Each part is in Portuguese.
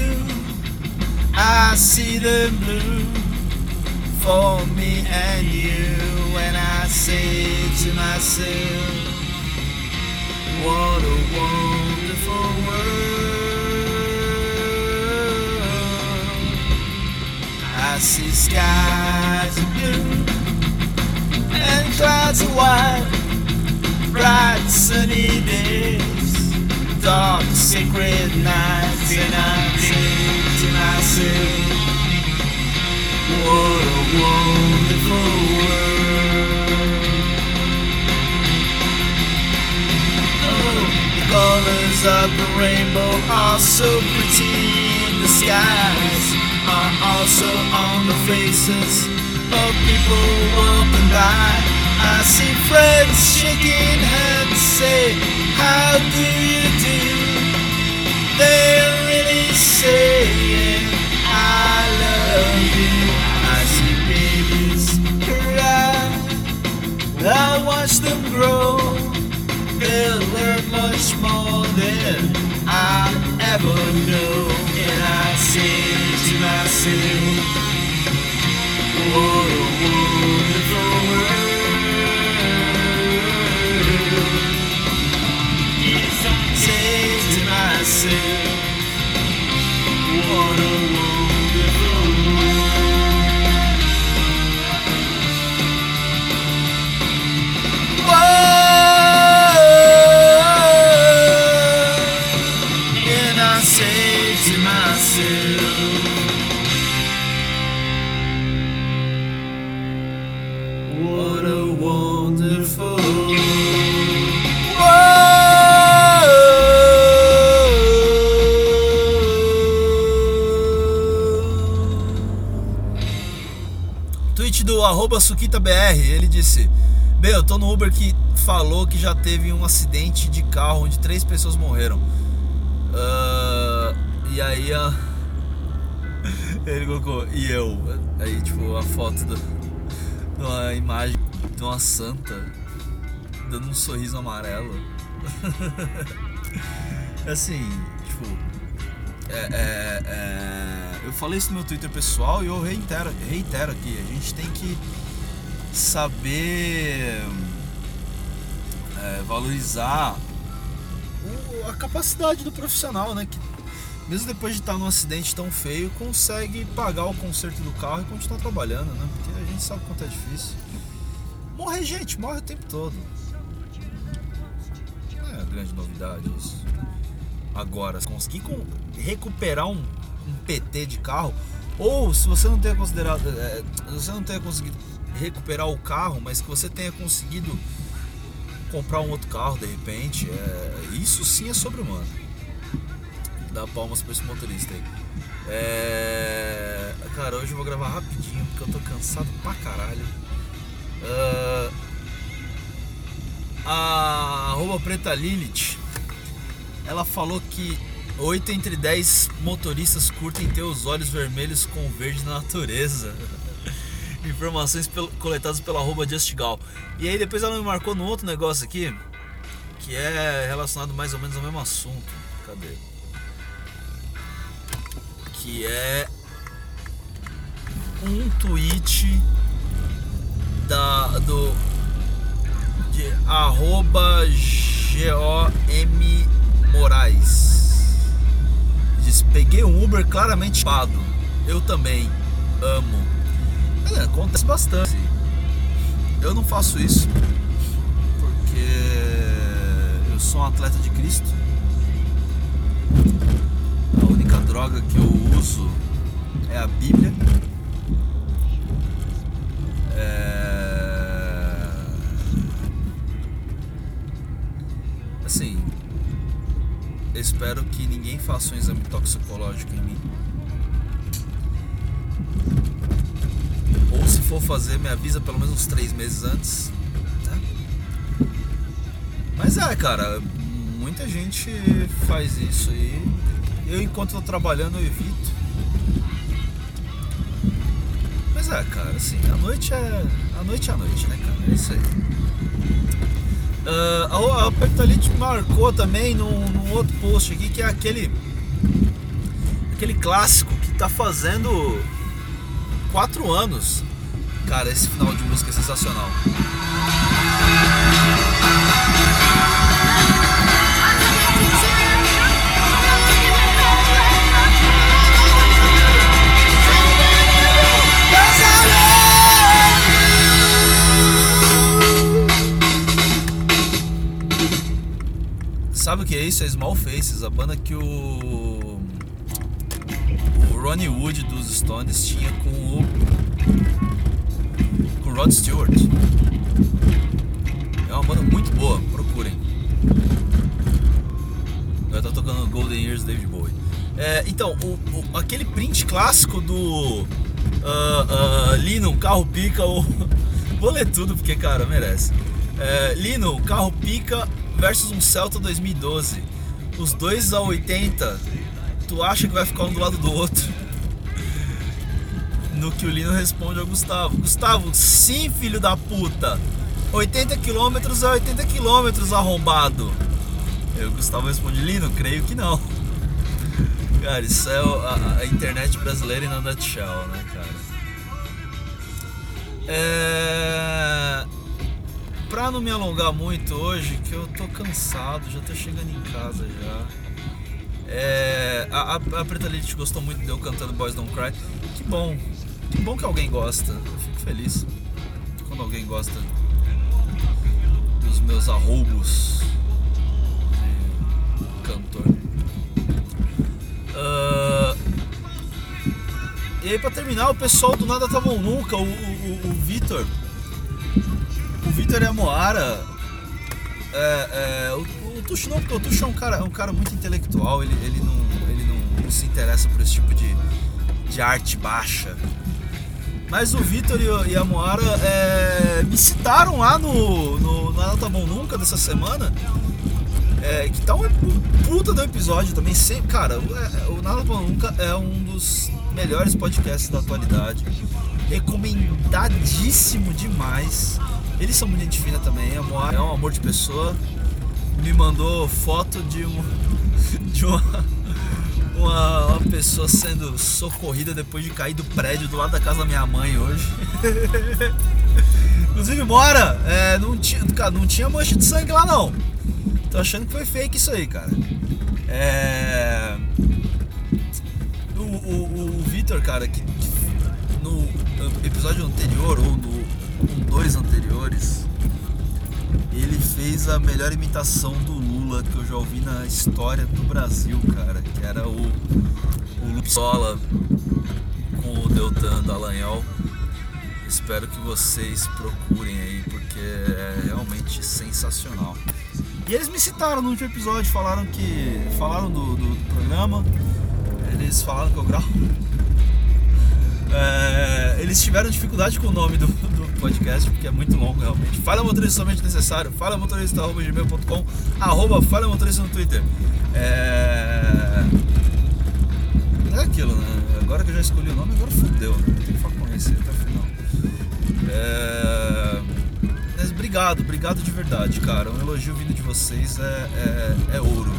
I see the blue for me and you. And I say to myself, what a wonderful world. I see skies of blue and clouds of white, bright sunny days, dark sacred nights. And I say to myself, what a wonderful world. Oh, the colors of the rainbow are so pretty, and the skies are also on the faces of people walking by. I see friends shaking hands, say, how do you do? They're really saying, I love you. I see babies cry, I watch them grow. They'll learn much more than I'll ever know. And I say to myself, what a wonderful world. Yes, I say to myself, what a wonderful world. Whoa. And I say to myself, what a wonderful tweet do @SuquitaBR, ele disse: bem, eu tô no Uber que falou que já teve um acidente de carro onde 3 pessoas morreram. E aí ele colocou, e eu? Aí tipo a foto de uma imagem de uma santa dando um sorriso amarelo. Assim, tipo, eu falei isso no meu Twitter pessoal e eu reitero aqui, a gente tem que saber valorizar a capacidade do profissional, né? Que mesmo depois de estar num acidente tão feio, consegue pagar o conserto do carro e continuar trabalhando, né? Porque a gente sabe quanto é difícil. Morre gente, morre o tempo todo. Não é a grande novidade isso. Agora, se conseguir recuperar um PT de carro, ou se você não tenha considerado, você não tenha conseguido recuperar o carro, mas que você tenha conseguido comprar um outro carro de repente, isso sim é sobre-humano. Dá palmas pra esse motorista aí. Cara, hoje eu vou gravar rapidinho porque eu tô cansado pra caralho. A @Preta Lilith, ela falou que 8 entre 10 motoristas curtem ter os olhos vermelhos com o verde na natureza. Informações coletadas pela @JustGal. E aí depois ela me marcou num outro negócio aqui, que é relacionado mais ou menos ao mesmo assunto. Cadê? Que é um tweet de @GOM Moraes. Diz: peguei um Uber claramente chipado. Eu também amo. Acontece bastante. Eu não faço isso porque eu sou um atleta de Cristo. A única droga que eu uso é a Bíblia. Assim, eu espero que ninguém faça um exame toxicológico em mim. Ou se for fazer, me avisa pelo menos uns 3 meses antes, né? Mas cara, muita gente faz isso aí. Eu, enquanto tô trabalhando, eu evito. Mas cara, assim, a noite é a noite, né, cara? É isso aí. A Peptalite marcou também num outro post aqui, que é aquele aquele clássico que tá fazendo 4 anos. Cara, esse final de música é sensacional. Sabe o que é isso? É Small Faces, a banda que o Ronnie Wood dos Stones tinha com o Rod Stewart. É uma banda muito boa, procurem. Eu tô tocando Golden Years David Bowie. Então, aquele print clássico do Lino, carro pica, vou ler tudo porque, cara, merece. Lino, carro pica versus um Celta 2012. Os dois a 80. Tu acha que vai ficar um do lado do outro? No que o Lino responde ao Gustavo: Gustavo, sim, filho da puta. 80 km é 80 km, arrombado. Aí o Gustavo responde: Lino, creio que não. Cara, isso é a internet brasileira em nutshell, né, cara? Pra não me alongar muito hoje, que eu tô cansado, já tô chegando em casa já. A Preta Elite gostou muito de eu cantando Boys Don't Cry. Que bom que alguém gosta. Eu fico feliz quando alguém gosta dos meus arroubos de cantor. E aí, pra terminar, o pessoal do Nada Tá Bom Nunca, o Vitor. O Vitor e a Moara. O Tuxo não, porque o Tuxo é um cara muito intelectual. Ele não se interessa por esse tipo de arte baixa. Mas o Vitor e a Moara me citaram lá no Nada Tá Bom Nunca dessa semana. Que tá um puta do episódio também. Cara, o Nada Tá Bom Nunca é um dos melhores podcasts da atualidade. Recomendadíssimo demais. Eles são muito gente fina também. A Moara é um amor de pessoa. Me mandou foto de uma pessoa sendo socorrida depois de cair do prédio do lado da casa da minha mãe hoje. Inclusive, Moara, não tinha mancha de sangue lá não. Tô achando que foi fake isso aí, cara. O Vitor, cara, que no episódio anterior ou no 2 anteriores, ele fez a melhor imitação do Lula que eu já ouvi na história do Brasil, cara, que era o Lupsola com o Deltan Dallagnol. Espero que vocês procurem aí, porque é realmente sensacional. E eles me citaram no último episódio, falaram do programa, eles falaram que eu gravo. Eles tiveram dificuldade com o nome do podcast, porque é muito longo realmente. Fala Motorista Somente Necessário, falamotorista@gmail.com, @falamotorista no Twitter. É aquilo, né? Agora que eu já escolhi o nome, agora fudeu, né? Tem que falar com esse até o final. Mas obrigado de verdade, cara. Um elogio vindo de vocês é ouro.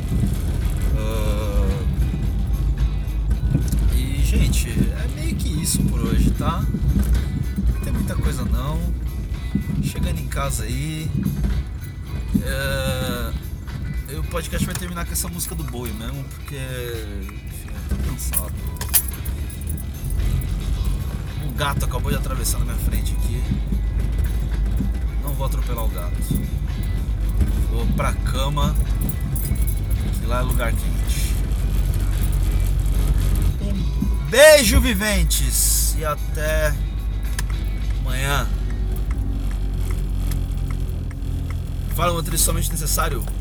E, gente, é meio que isso por hoje, tá? Não tem muita coisa não. Chegando em casa aí. O podcast vai terminar com essa música do Bowie mesmo, porque, enfim, eu tô cansado. Um gato acabou de atravessar na minha frente aqui. Não vou atropelar o gato. Vou pra cama, que lá é lugar quente. Um beijo, viventes, e até amanhã. Fala, Motorista Somente Necessário.